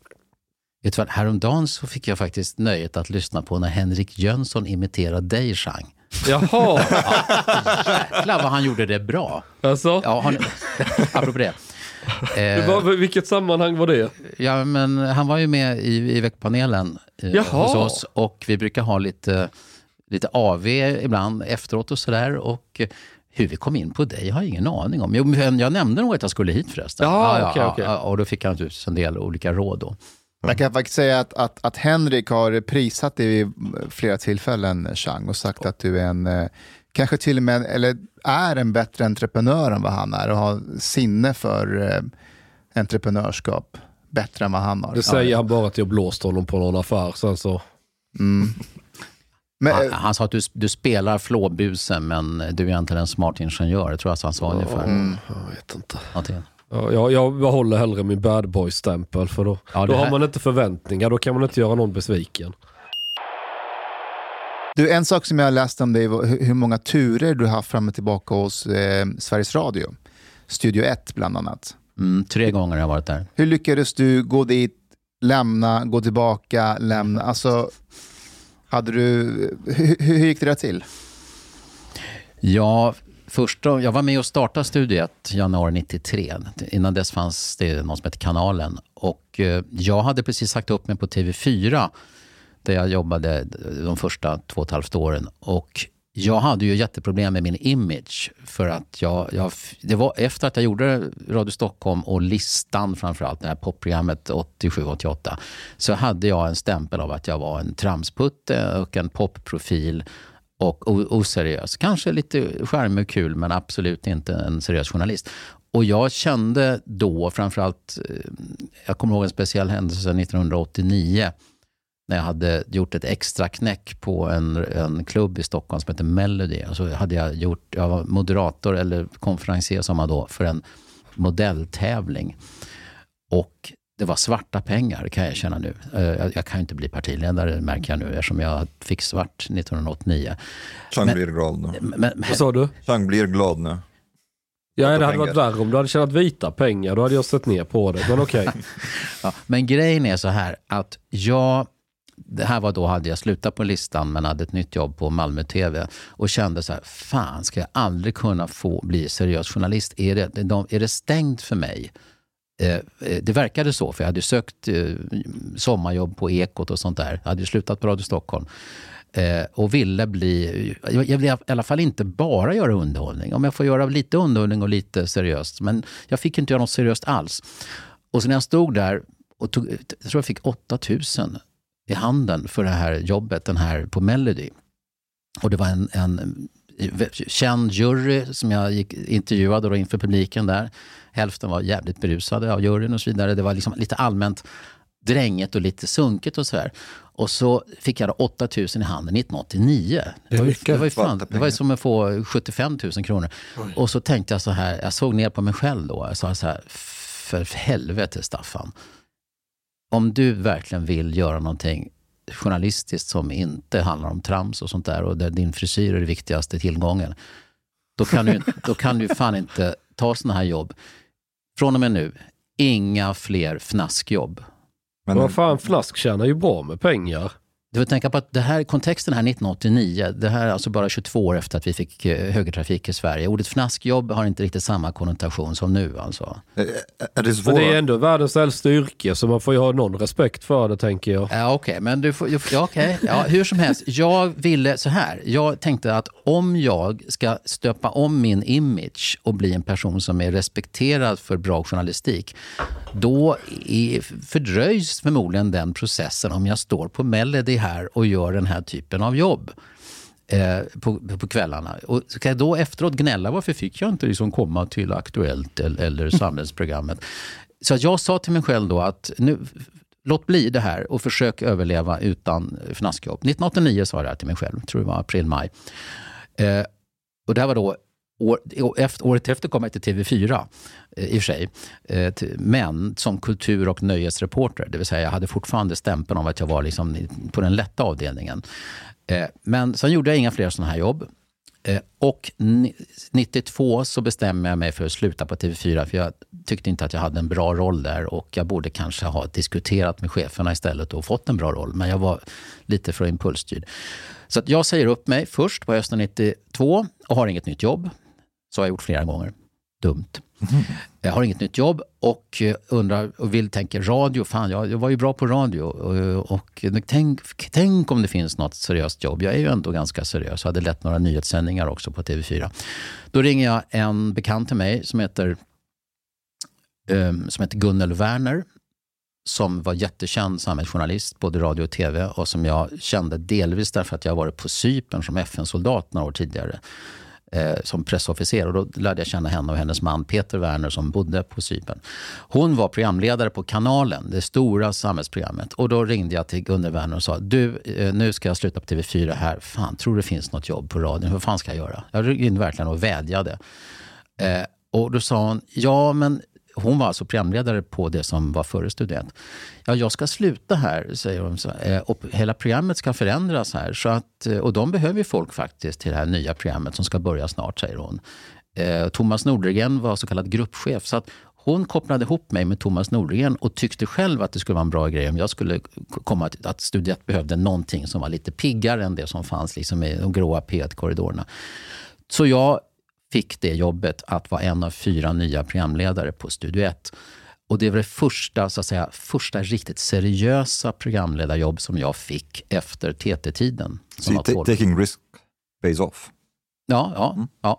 Vet du vad, häromdagen så fick jag faktiskt nöjet att lyssna på när Henrik Jönsson imiterade dig, Chang. Jaha! Ja, jäklar vad han gjorde det bra. Alltså? Ja, han, apropå det. Det var, vilket sammanhang var det? Ja, men han var ju med i, i veckpanelen eh, hos oss och vi brukar ha lite, lite A V ibland efteråt och sådär. Och hur vi kom in på dig har jag ingen aning om. Jag, jag nämnde nog att jag skulle hit förresten. Ja, ja, okay, ja, okay. ja, och då fick han naturligtvis en del olika råd då. Jag kan faktiskt säga att, att, att Henrik har prisat dig vid flera tillfällen, Chang, och sagt att du är en, kanske till och med, eller är en bättre entreprenör än vad han är och har sinne för eh, entreprenörskap bättre än vad han har. Det säger ja. han bara att jag blåst honom på någon affär, sen så... Mm. Men, han, han sa att du, du spelar flåbusen men du är egentligen en smart ingenjör. Jag tror att han sa ungefär. Mm, jag vet inte. Någonting. Ja, jag, jag behåller hellre min bad boy-stämpel för då, ja, då här... har man inte förväntningar, då kan man inte göra någon besviken. Du, en sak som jag har läst om dig var hur många turer du har haft fram och tillbaka hos eh, Sveriges Radio. Studio ett bland annat. Mm, tre gånger har jag varit där. Hur lyckades du gå dit, lämna, gå tillbaka, lämna? Alltså, hade du, hur, hur gick det där till? Ja, först då, jag var med och startade Studio ett januari nittiotre. Innan dess fanns det något som heter Kanalen. Och eh, jag hade precis sagt upp mig på T V fyra där jag jobbade de första två och ett halvt åren. Och jag hade ju jätteproblem med min image för att jag, jag, det var efter att jag gjorde Radio Stockholm och Listan framförallt, det här popprogrammet åttiosju åttioåtta, så hade jag en stämpel av att jag var en tramsputte och en popprofil och oseriös. Kanske lite charmig och kul men absolut inte en seriös journalist. Och jag kände då framförallt, jag kommer ihåg en speciell händelse nittonhundraåttionio när jag hade gjort ett extra knäck på en, en klubb i Stockholm som heter Melody. Och så hade jag gjort, jag var moderator eller konferencier som man då för en modelltävling. Och det var svarta pengar kan jag känna nu. Jag, jag kan ju inte bli partiledare märker jag nu eftersom jag fick svart nittonhundraåttionio. Chang blir glad nu. Men, men, Vad sa du? Chang blir glad nu. Ja, det hade pengar. varit värre om du hade tjänat vita pengar. Då hade jag sett ner på det, men okej. Okay. Ja, men grejen är så här att jag, det här var då hade jag slutat på Listan men hade ett nytt jobb på Malmö T V och kände så här, fan ska jag aldrig kunna få bli seriös journalist? Är det, är det stängt för mig? Eh, det verkade så, för jag hade sökt eh, sommarjobb på Ekot och sånt där. Jag hade slutat på Radio Stockholm. Eh, och ville bli, jag ville i alla fall inte bara göra underhållning. Om jag får göra lite underhållning och lite seriöst. Men jag fick inte göra något seriöst alls. Och så när jag stod där och tog, jag tror jag fick åtta tusen i handen för det här jobbet, den här på Melody. Och det var en, en känd jury som jag gick, intervjuade då inför publiken där. Hälften var jävligt berusade av juryn och så vidare. Det var liksom lite allmänt dränget och lite sunket och så här. Och så fick jag då åtta tusen i handen nittonhundraåttionio. Det var ju, det var ju fan, det var ju som att få sjuttiofem tusen kronor. Oj. Och så tänkte jag så här, jag såg ner på mig själv då. Jag sa så här, för helvete Staffan. Om du verkligen vill göra någonting journalistiskt som inte handlar om trams och sånt där och där din frisyr är det viktigaste tillgången, då kan du, då kan du fan inte ta såna här jobb. Från och med nu, inga fler fnaskjobb. Men vad fan, fnask tjänar ju bra med pengar. Du får tänka på att det här, kontexten här nittonhundraåttionio, det här är alltså bara tjugotvå år efter att vi fick högertrafik i Sverige. Ordet fnaskjobb har inte riktigt samma konnotation som nu alltså. Är det svåra? Men det är ändå världens äldsta yrke så man får ju ha någon respekt för det, tänker jag. Ja okej, okay, men du får, ja, okay. Ja, hur som helst. Jag ville så här, jag tänkte att om jag ska stöpa om min image och bli en person som är respekterad för bra journalistik, då är, fördröjs förmodligen den processen om jag står på Melody här och gör den här typen av jobb eh, på, på kvällarna. Och ska jag då efteråt gnälla, varför fick jag inte liksom komma till Aktuellt eller, eller Samhällsprogrammet? Så att jag sa till mig själv då att nu, låt bli det här och försök överleva utan fnaskjobb. nittonhundraåttionio sa jag det här till mig själv, tror det var april-maj. Eh, och det här var då År, efter, året efter kom jag till T V fyra i och för sig, eh, till, men som kultur- och nöjesreporter, det vill säga jag hade fortfarande stämpeln av att jag var liksom på den lätta avdelningen. Eh, men sen gjorde jag inga fler sådana här jobb eh, och nittiotvå så bestämde jag mig för att sluta på T V fyra för jag tyckte inte att jag hade en bra roll där och jag borde kanske ha diskuterat med cheferna istället och fått en bra roll, men jag var lite för impulsstyrd. Så att jag säger upp mig först på hösten nittiotvå och har inget nytt jobb. Så har jag gjort flera gånger. Dumt. Jag har inget nytt jobb och undrar och vill tänka radio. Fan, jag, jag var ju bra på radio. Och, och tänk, tänk om det finns något seriöst jobb. Jag är ju ändå ganska seriös. Jag hade lett några nyhetssändningar också på T V fyra. Då ringer jag en bekant till mig som heter, um, som heter Gunnel Werner. Som var jättekänd samhällsjournalist, både radio och tv. Och som jag kände delvis därför att jag varit på Cypern som F N-soldat några år tidigare. Eh, som pressofficer, och då lärde jag känna henne och hennes man Peter Werner som bodde på Cypern. Hon var programledare på Kanalen, det stora samhällsprogrammet, och då ringde jag till Gunnel Werner och sa, du, eh, nu ska jag sluta på T V fyra här, fan, tror det finns något jobb på radion, vad fan ska jag göra? Jag ringde verkligen och vädjade. Eh, och då sa hon, ja men hon var alltså programledare på det som var före Student. Ja, jag ska sluta här, säger hon. Så, och hela programmet ska förändras här. Så att, och de behöver ju folk faktiskt till det här nya programmet som ska börja snart, säger hon. Eh, Thomas Nordegren var så kallad gruppchef. Så att hon kopplade ihop mig med Thomas Nordegren och tyckte själv att det skulle vara en bra grej om jag skulle komma till att Student behövde någonting som var lite piggare än det som fanns liksom i de gråa P ett-korridorerna. Så jag fick det jobbet att vara en av fyra nya programledare på Studio ett. Och det var det första, så att säga, första riktigt seriösa programledarjobb som jag fick efter T T-tiden. So ta- taking risk pays off. Ja, ja, mm. ja.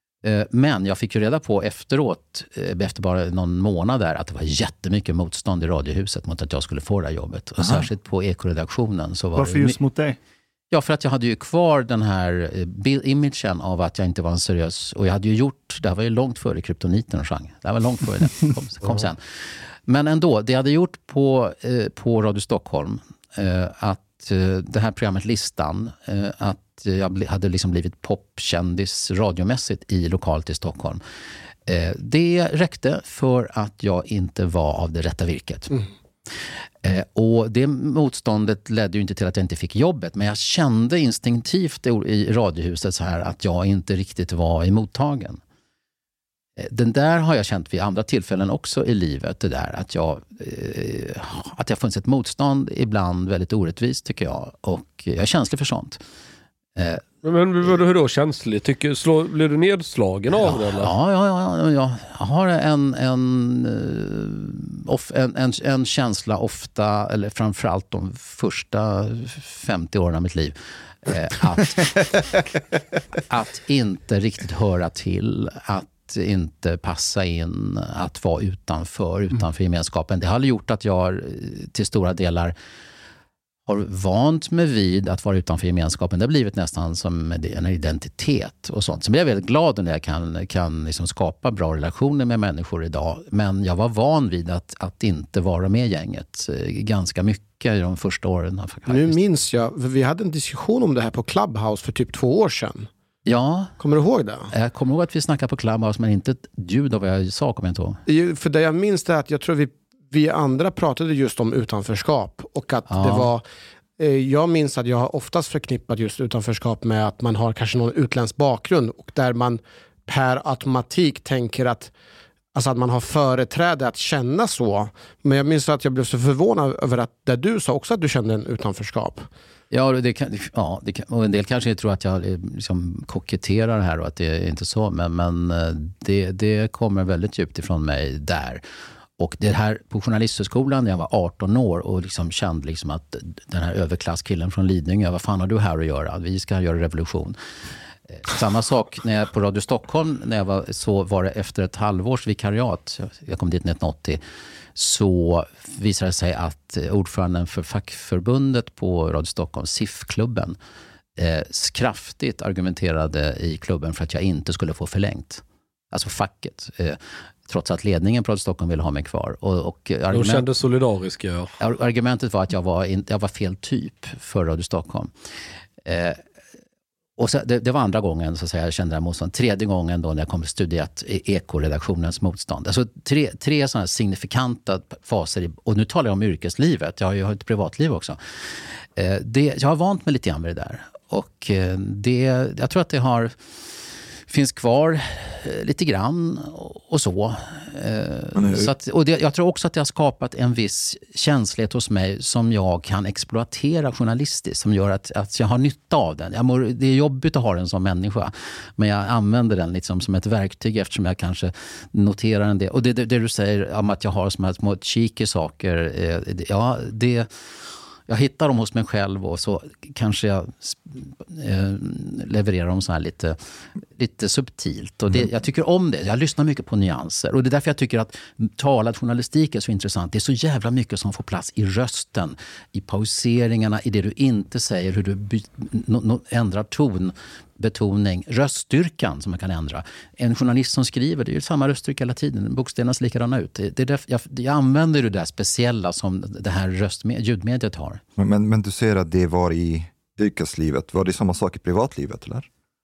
Men jag fick ju reda på efteråt, efter bara någon månad där, att det var jättemycket motstånd i Radiohuset mot att jag skulle få det här jobbet. Och särskilt på ekoredaktionen. Så var Varför det just mot dig? Ja, för att jag hade ju kvar den här imagen av att jag inte var en seriös... Och jag hade ju gjort... Det här var ju långt före kryptoniten och sjang. Det här var långt före det. Kom, kom sen. Men ändå, det jag hade gjort på, eh, på Radio Stockholm, eh, att eh, det här programmet Listan, eh, att jag bli, hade liksom blivit popkändis radiomässigt i lokalt i Stockholm. Eh, det räckte för att jag inte var av det rätta virket. Mm. Eh, och det motståndet ledde ju inte till att jag inte fick jobbet, men jag kände instinktivt i Radiohuset så här att jag inte riktigt var i mottagen. Eh, den där har jag känt vid andra tillfällen också i livet, det där att jag eh, att jag funnits ett motstånd ibland väldigt orättvist tycker jag, och jag är känslig för sånt. Eh, Men hur då känslig? Tycker, slå, blir du nedslagen av ja, det? Eller? Ja, ja, ja, ja, jag har en, en, en, en, en känsla ofta, eller framförallt de första femtio åren av mitt liv, eh, att, att inte riktigt höra till, att inte passa in, att vara utanför, utanför gemenskapen. Det har gjort att jag till stora delar har vant mig vid att vara utanför gemenskapen. Det har blivit nästan som en identitet och sånt. Så jag är väldigt glad när jag kan, kan liksom skapa bra relationer med människor idag. Men jag var van vid att, att inte vara med gänget ganska mycket i de första åren. Faktiskt. Nu minns jag, för vi hade en diskussion om det här på Clubhouse för typ två år sedan. Ja. Kommer du ihåg det? Jag kommer ihåg att vi snackade på Clubhouse, men inte ett ljud av vad jag sa, kommer jag inte ihåg. För det jag minns det är att jag tror vi Vi andra pratade just om utanförskap och att ja. det var, eh, jag minns att jag har oftast förknippat just utanförskap med att man har kanske någon utländsk bakgrund och där man per automatik tänker att, alltså att man har företräde att känna så. Men jag minns att jag blev så förvånad över att det du sa också att du kände en utanförskap. Ja, det kan, ja det kan, och en del kanske tror att jag liksom koketterar här och att det är inte så, men, men det, det kommer väldigt djupt ifrån mig där. Och det här på journalisthögskolan när jag var arton år och liksom kände liksom att den här överklasskillen från Lidingö, vad fan har du här att göra? Vi ska göra revolution. Samma sak när jag på Radio Stockholm, när jag var, så var det efter ett halvårs vikariat, jag kom dit nittonhundraåttio, så visade det sig att ordföranden för fackförbundet på Radio Stockholm, S I F-klubben, eh, kraftigt argumenterade i klubben för att jag inte skulle få förlängt. Alltså facket. Eh, trots att ledningen på Radio Stockholm ville ha mig kvar. Och, och argument, de kände solidariska, ja. Argumentet var att jag var, in, jag var fel typ för Radio Stockholm. Eh, och så, det, det var andra gången så att säga, jag kände det här motstånd. Tredje gången då när jag kom till studiet i ekoredaktionens motstånd. Alltså tre, tre sådana signifikanta faser. I, och nu talar jag om yrkeslivet. Jag har ju ett privatliv också. Eh, det, jag har vant mig lite grann med det där. Och eh, det, jag tror att det har... finns kvar eh, lite grann och, och så. Eh, så att, och det, jag tror också att det har skapat en viss känslighet hos mig som jag kan exploatera journalistiskt, som gör att, att jag har nytta av den. Jag mår, det är jobbigt att ha den som människa, men jag använder den liksom som ett verktyg eftersom jag kanske noterar en del. Och det, det, det du säger om att jag har som små cheeky saker, eh, ja, det... Jag hittar dem hos mig själv och så kanske jag eh, levererar dem så här lite, lite subtilt. Och det, jag tycker om det. Jag lyssnar mycket på nyanser. Och det är därför jag tycker att talad journalistik är så intressant. Det är så jävla mycket som får plats i rösten, i pauseringarna, i det du inte säger, hur du by- no, no, ändrar ton, betoning, röststyrkan som man kan ändra. En journalist som skriver, det är ju samma röststyrka hela tiden. Bokstäverna ser likadana ut. Det, det är därför jag, jag använder det där speciella som det här röstmed, ljudmediet har. Men, men, men du ser att det var i yrkeslivet. Var det samma sak i privatlivet, eller?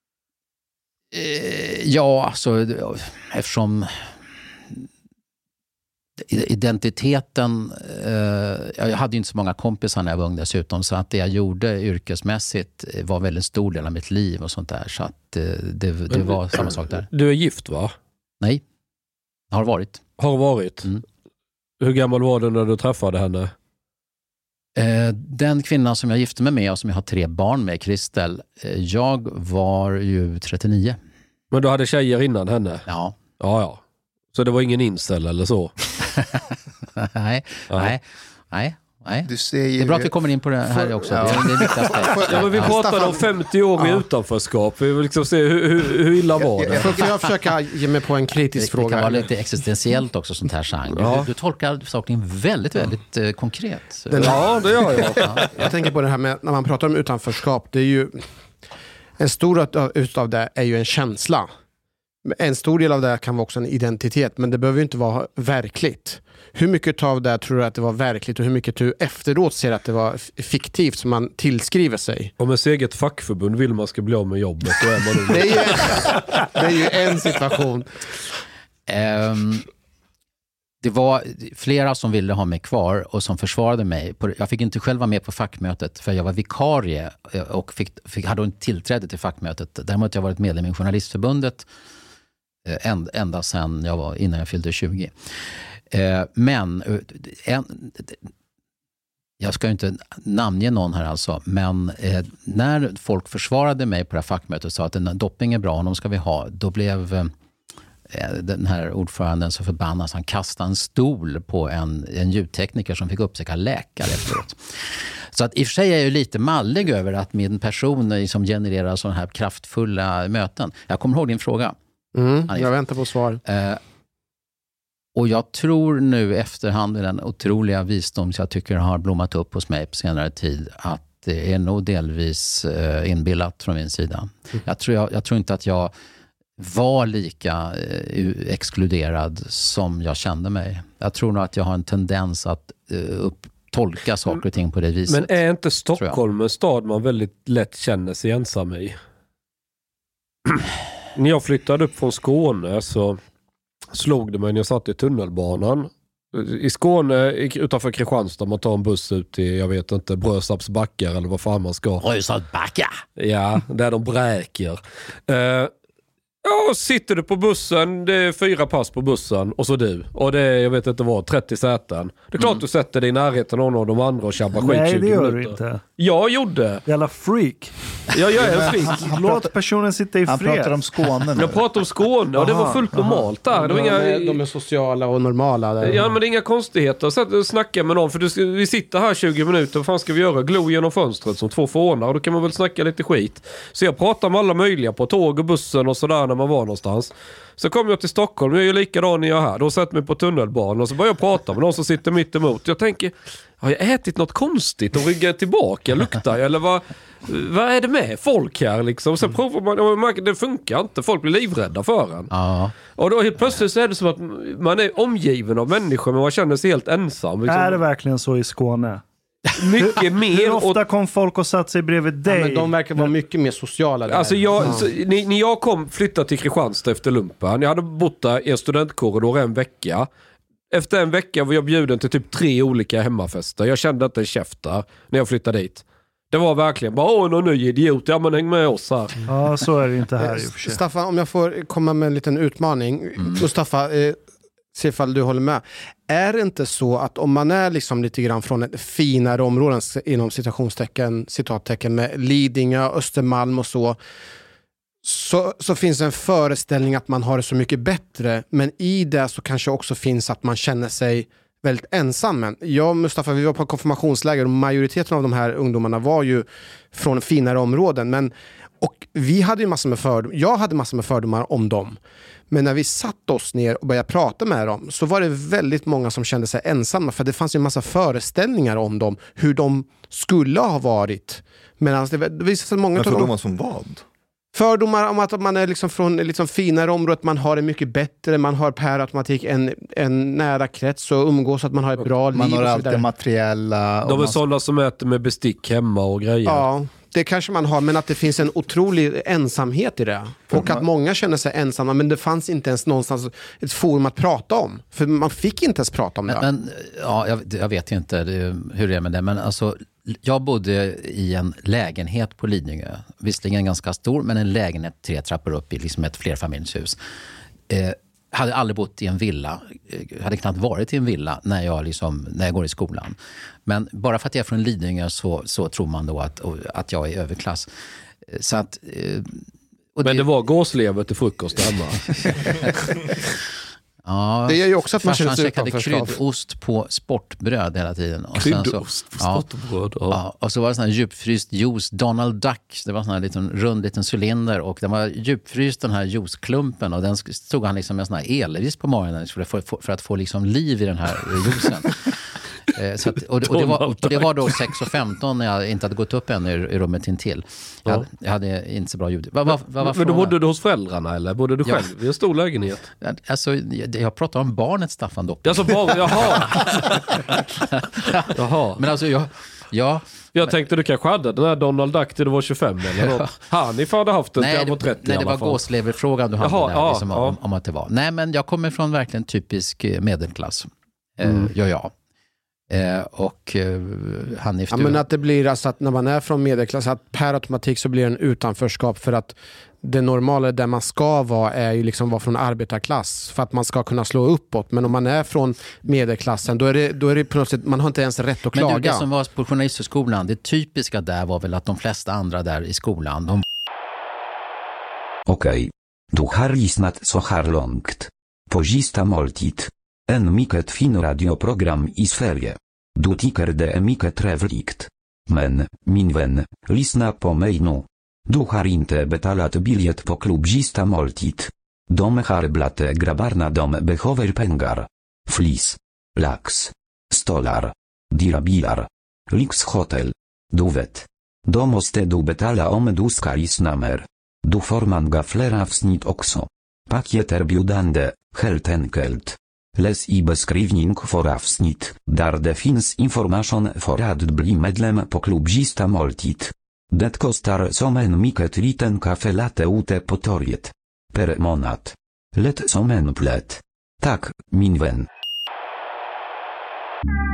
Eh, ja, alltså eftersom identiteten, eh, jag hade ju inte så många kompisar när jag var ung dessutom, så att det jag gjorde yrkesmässigt var väldigt stor del av mitt liv och sånt där, så att eh, det, det Men, var samma sak där. Du är gift, va? Nej, har varit. Har varit? Mm. Hur gammal var du när du träffade henne? Eh, den kvinnan som jag gifte mig med och som jag har tre barn med, Kristel, eh, jag var ju trettionio. Men du hade tjejer innan henne? Ja. Ja, ja. Så det var ingen incel eller så? nej, Ja. nej, nej, nej. Du ser ju... Det är bra att vi kommer in på det här Får- också. ja. Det är en viktig aspekt. Ja, men vi pratade om femtio år i Ja. utanförskap. Vi vill liksom se hur, hur, hur illa var det? Får får jag försöka ge mig på en Det, kritisk det kan fråga? vara lite existentiellt också, sånt här genre. Ja. Du, du tolkar saken väldigt, väldigt eh, konkret. Den- Ja, det gör jag. Ja. Jag tänker på det här med när man pratar om utanförskap. Det är ju, en stor utav- utav det är ju en känsla. En stor del av det kan vara också en identitet, men det behöver ju inte vara verkligt. Hur mycket av det tror du att det var verkligt och hur mycket du efteråt ser att det var f- fiktivt som man tillskriver sig? Om ens eget fackförbund vill man ska bli av med jobbet, då är man nog... Det är ju, det är ju en situation. Ehm, det var flera som ville ha mig kvar och som försvarade mig. På- Jag fick inte själv vara med på fackmötet för jag var vikarie eh, och fick, fick, hade inte tillträde till fackmötet. Däremot har jag varit medlem i Journalistförbundet eh, änd, ända sedan jag var, innan jag fyllde tjugo. Eh, men eh, en, jag ska ju inte namnge någon här alltså, men eh, när folk försvarade mig på det här fackmötet och sa att en dopping är bra, honom ska vi ha, då blev eh, den här ordföranden så förbannad så han kastade en stol på en, en ljudtekniker som fick uppsöka läkare efteråt. Så att i och för sig är jag ju lite mallig över att min person som genererar sådana här kraftfulla möten. Jag kommer ihåg din fråga. Mm, jag väntar på svar. Eh, och jag tror nu efterhand med den otroliga visdom som jag tycker har blommat upp hos mig på senare tid att det är nog delvis eh, inbillat från min sida. Mm. Jag, tror jag, jag tror inte att jag var lika eh, exkluderad som jag kände mig. Jag tror nog att jag har en tendens att eh, upp, tolka saker och ting på det viset. Men är inte Stockholm en stad man väldigt lätt känner sig ensam i? När jag flyttade upp från Skåne så slog det mig när jag satt i tunnelbanan. I Skåne, utanför Kristianstad, man tar en buss ut till, jag vet inte, Brösarps backar eller vad fan man ska. Brösarps backar! Ja, där de bräker. Uh, ja, sitter du på bussen, det är fyra pass på bussen och så du. Och det är, jag vet inte vad, trettio säten. Det är klart mm. du sätter dig i närheten av någon av de andra och tjabbar skit Nej, tjugo det gör minuter. du inte. Jag gjorde. Jävla freak. Ja, jag är en freak. Låt personen sitta i Han fred. pratar om Skåne nu. Jag pratar om Skåne och det var fullt normalt där. Det var De, är, inga... de är sociala och normala. Där. Ja, men det är inga konstigheter. Så att snacka med någon. För du ska, vi sitter här tjugo minuter. Vad fan ska vi göra? Glo genom fönstret som två fånar. Och då kan man väl snacka lite skit. Så jag pratar med alla möjliga på tåg och bussen och sådär när man var någonstans. Så kom jag till Stockholm. Jag är ju likadan när jag är här. Då sätter mig på tunnelbanan och så börjar jag prata med någon som sitter mitt emot. Jag tänker, har jag ätit något konstigt och ryggar tillbaka? Luktar jag? Eller vad, vad är det med folk här liksom? Sen provar man och man märker det funkar inte. Folk blir livrädda för en. Ja. Och då helt plötsligt så är det som att man är omgiven av människor men man känner sig helt ensam. Liksom. Är det verkligen så i Skåne? Mycket mer. Hur ofta och, kom folk och satt sig bredvid dig? Ja, men de verkar vara mycket mer sociala där. alltså jag, Ja. så, när, när jag kom flytta till Kristianstad efter lumpen. Jag hade bott där i en studentkorridor en vecka. Efter en vecka var jag bjuden till typ tre olika hemmafester. Jag kände inte en käft där när jag flyttade dit. Det var verkligen bara, åh, någon ny idiot, ja men häng med oss här. Ja, så är det inte här i och för sig. Staffan, om jag får komma med en liten utmaning. Mm. Mustafa, eh, se ifall du håller med. Är det inte så att om man är liksom lite grann från ett finare område inom citationstecken, citattecken med Lidingö, Östermalm och så, så, så finns det en föreställning att man har det så mycket bättre, men i det så kanske också finns att man känner sig väldigt ensam. Men jag och Mustafa, vi var på konfirmationsläger och majoriteten av de här ungdomarna var ju från finare områden, men och vi hade ju massor med fördomar, jag hade massor med fördomar om dem. Men när vi satt oss ner och började prata med dem så var det väldigt många som kände sig ensamma, för det fanns ju en massa föreställningar om dem, hur de skulle ha varit. Men det visade sig många Men av fördomar dem, som vad? fördomar om att man är liksom från liksom finare områden, man har det mycket bättre, man har per automatik en, en nära krets och umgås, att man har ett bra Man liv har och så allt det vidare. materiella. De är man... sådana som äter med bestick hemma och grejer. Ja, det kanske man har, men att det finns en otrolig ensamhet i det. Och att många känner sig ensamma, men det fanns inte ens någonstans ett forum att prata om. För man fick inte ens prata om det. Men, men ja, jag, jag vet ju inte det, hur det är med det, men alltså, jag bodde i en lägenhet på Lidingö. Visserligen ganska stor, men en lägenhet tre trappor upp i liksom ett flerfamiljshus. Eh, hade aldrig bott i en villa, hade knappt varit i en villa när jag, liksom, när jag går i skolan. Men bara för att jag är från Lidingö så, så tror man då att, att jag är överklass. Så att, och Men det var gåslever till frukost hemma. Ja, det är ju också att man farsan känner sig käkade utanförskap. kryddost på sportbröd hela tiden. Och sen Kryddost på ja, sportbröd. Ja. ja, och så var det sån här djupfryst juice, Donald Duck. Det var en sån här liten, rund liten cylinder och den var djupfryst, den här juiceklumpen, och den stod han liksom med sån här elvis på morgonen för, för, för att få liksom liv i den här juicen. Så att, och, och, det var, och det var då sex och femton när jag inte hade gått upp än i, i rummet intill. Jag, Ja. hade, jag hade inte så bra ljud. Vad, vad, vad var Men då frågan? bodde du hos föräldrarna eller bodde du Ja. själv i en stor lägenhet? Alltså, jag, jag pratar om barnet Staffan Dopp. Alltså bara, jaha. Jaha. Men alltså, jag... jag Jag tänkte du kanske hade den här Donald Duck till du var tjugofem eller något. Hanif hade haft den till Nej, han var det, trettio nej, i det alla var fall. gåsleverfrågan du hade Jaha, där, ja, liksom, ja. Om, om att det var. Nej, men jag kommer från verkligen typisk medelklass. Mm. Eh, gör jag. Eh, och eh, Hanif, Ja, du... men att det blir alltså att när man är från medelklass, att per automatik så blir det en utanförskap, för att det normala där man ska vara är ju liksom vara från arbetarklass för att man ska kunna slå uppåt. Men om man är från medelklassen, då är det, då är det på något sätt, man har inte ens rätt att Men klaga. du, det som var på journalisthögskolan, det typiska där var väl att de flesta andra där i skolan, de... Okej. Du har lyssnat så här långt. På sista måltid. En mycket fin radioprogram i Sverige. Du tycker det är mycket trevligt. Men, min vän, lyssna på mig nu. Du har inte betalat biljett på klubb sista måltid. De har blate grabbarna, de behöver pengar. Flis. Lax. Stolar. Dyra bilar. Lyxhotel. Du vet. Då måste du betala om du ska lyssna mer. Du får många fler avsnitt också. Paket erbjudande, helt enkelt. Läs i beskrivning för avsnitt, där det finns information för att bli medlem på klubb sista måltid. Det kostar som en mycket liten kaffe latte ute på torget. Per månad. Lätt som en plätt. Tack, min vän.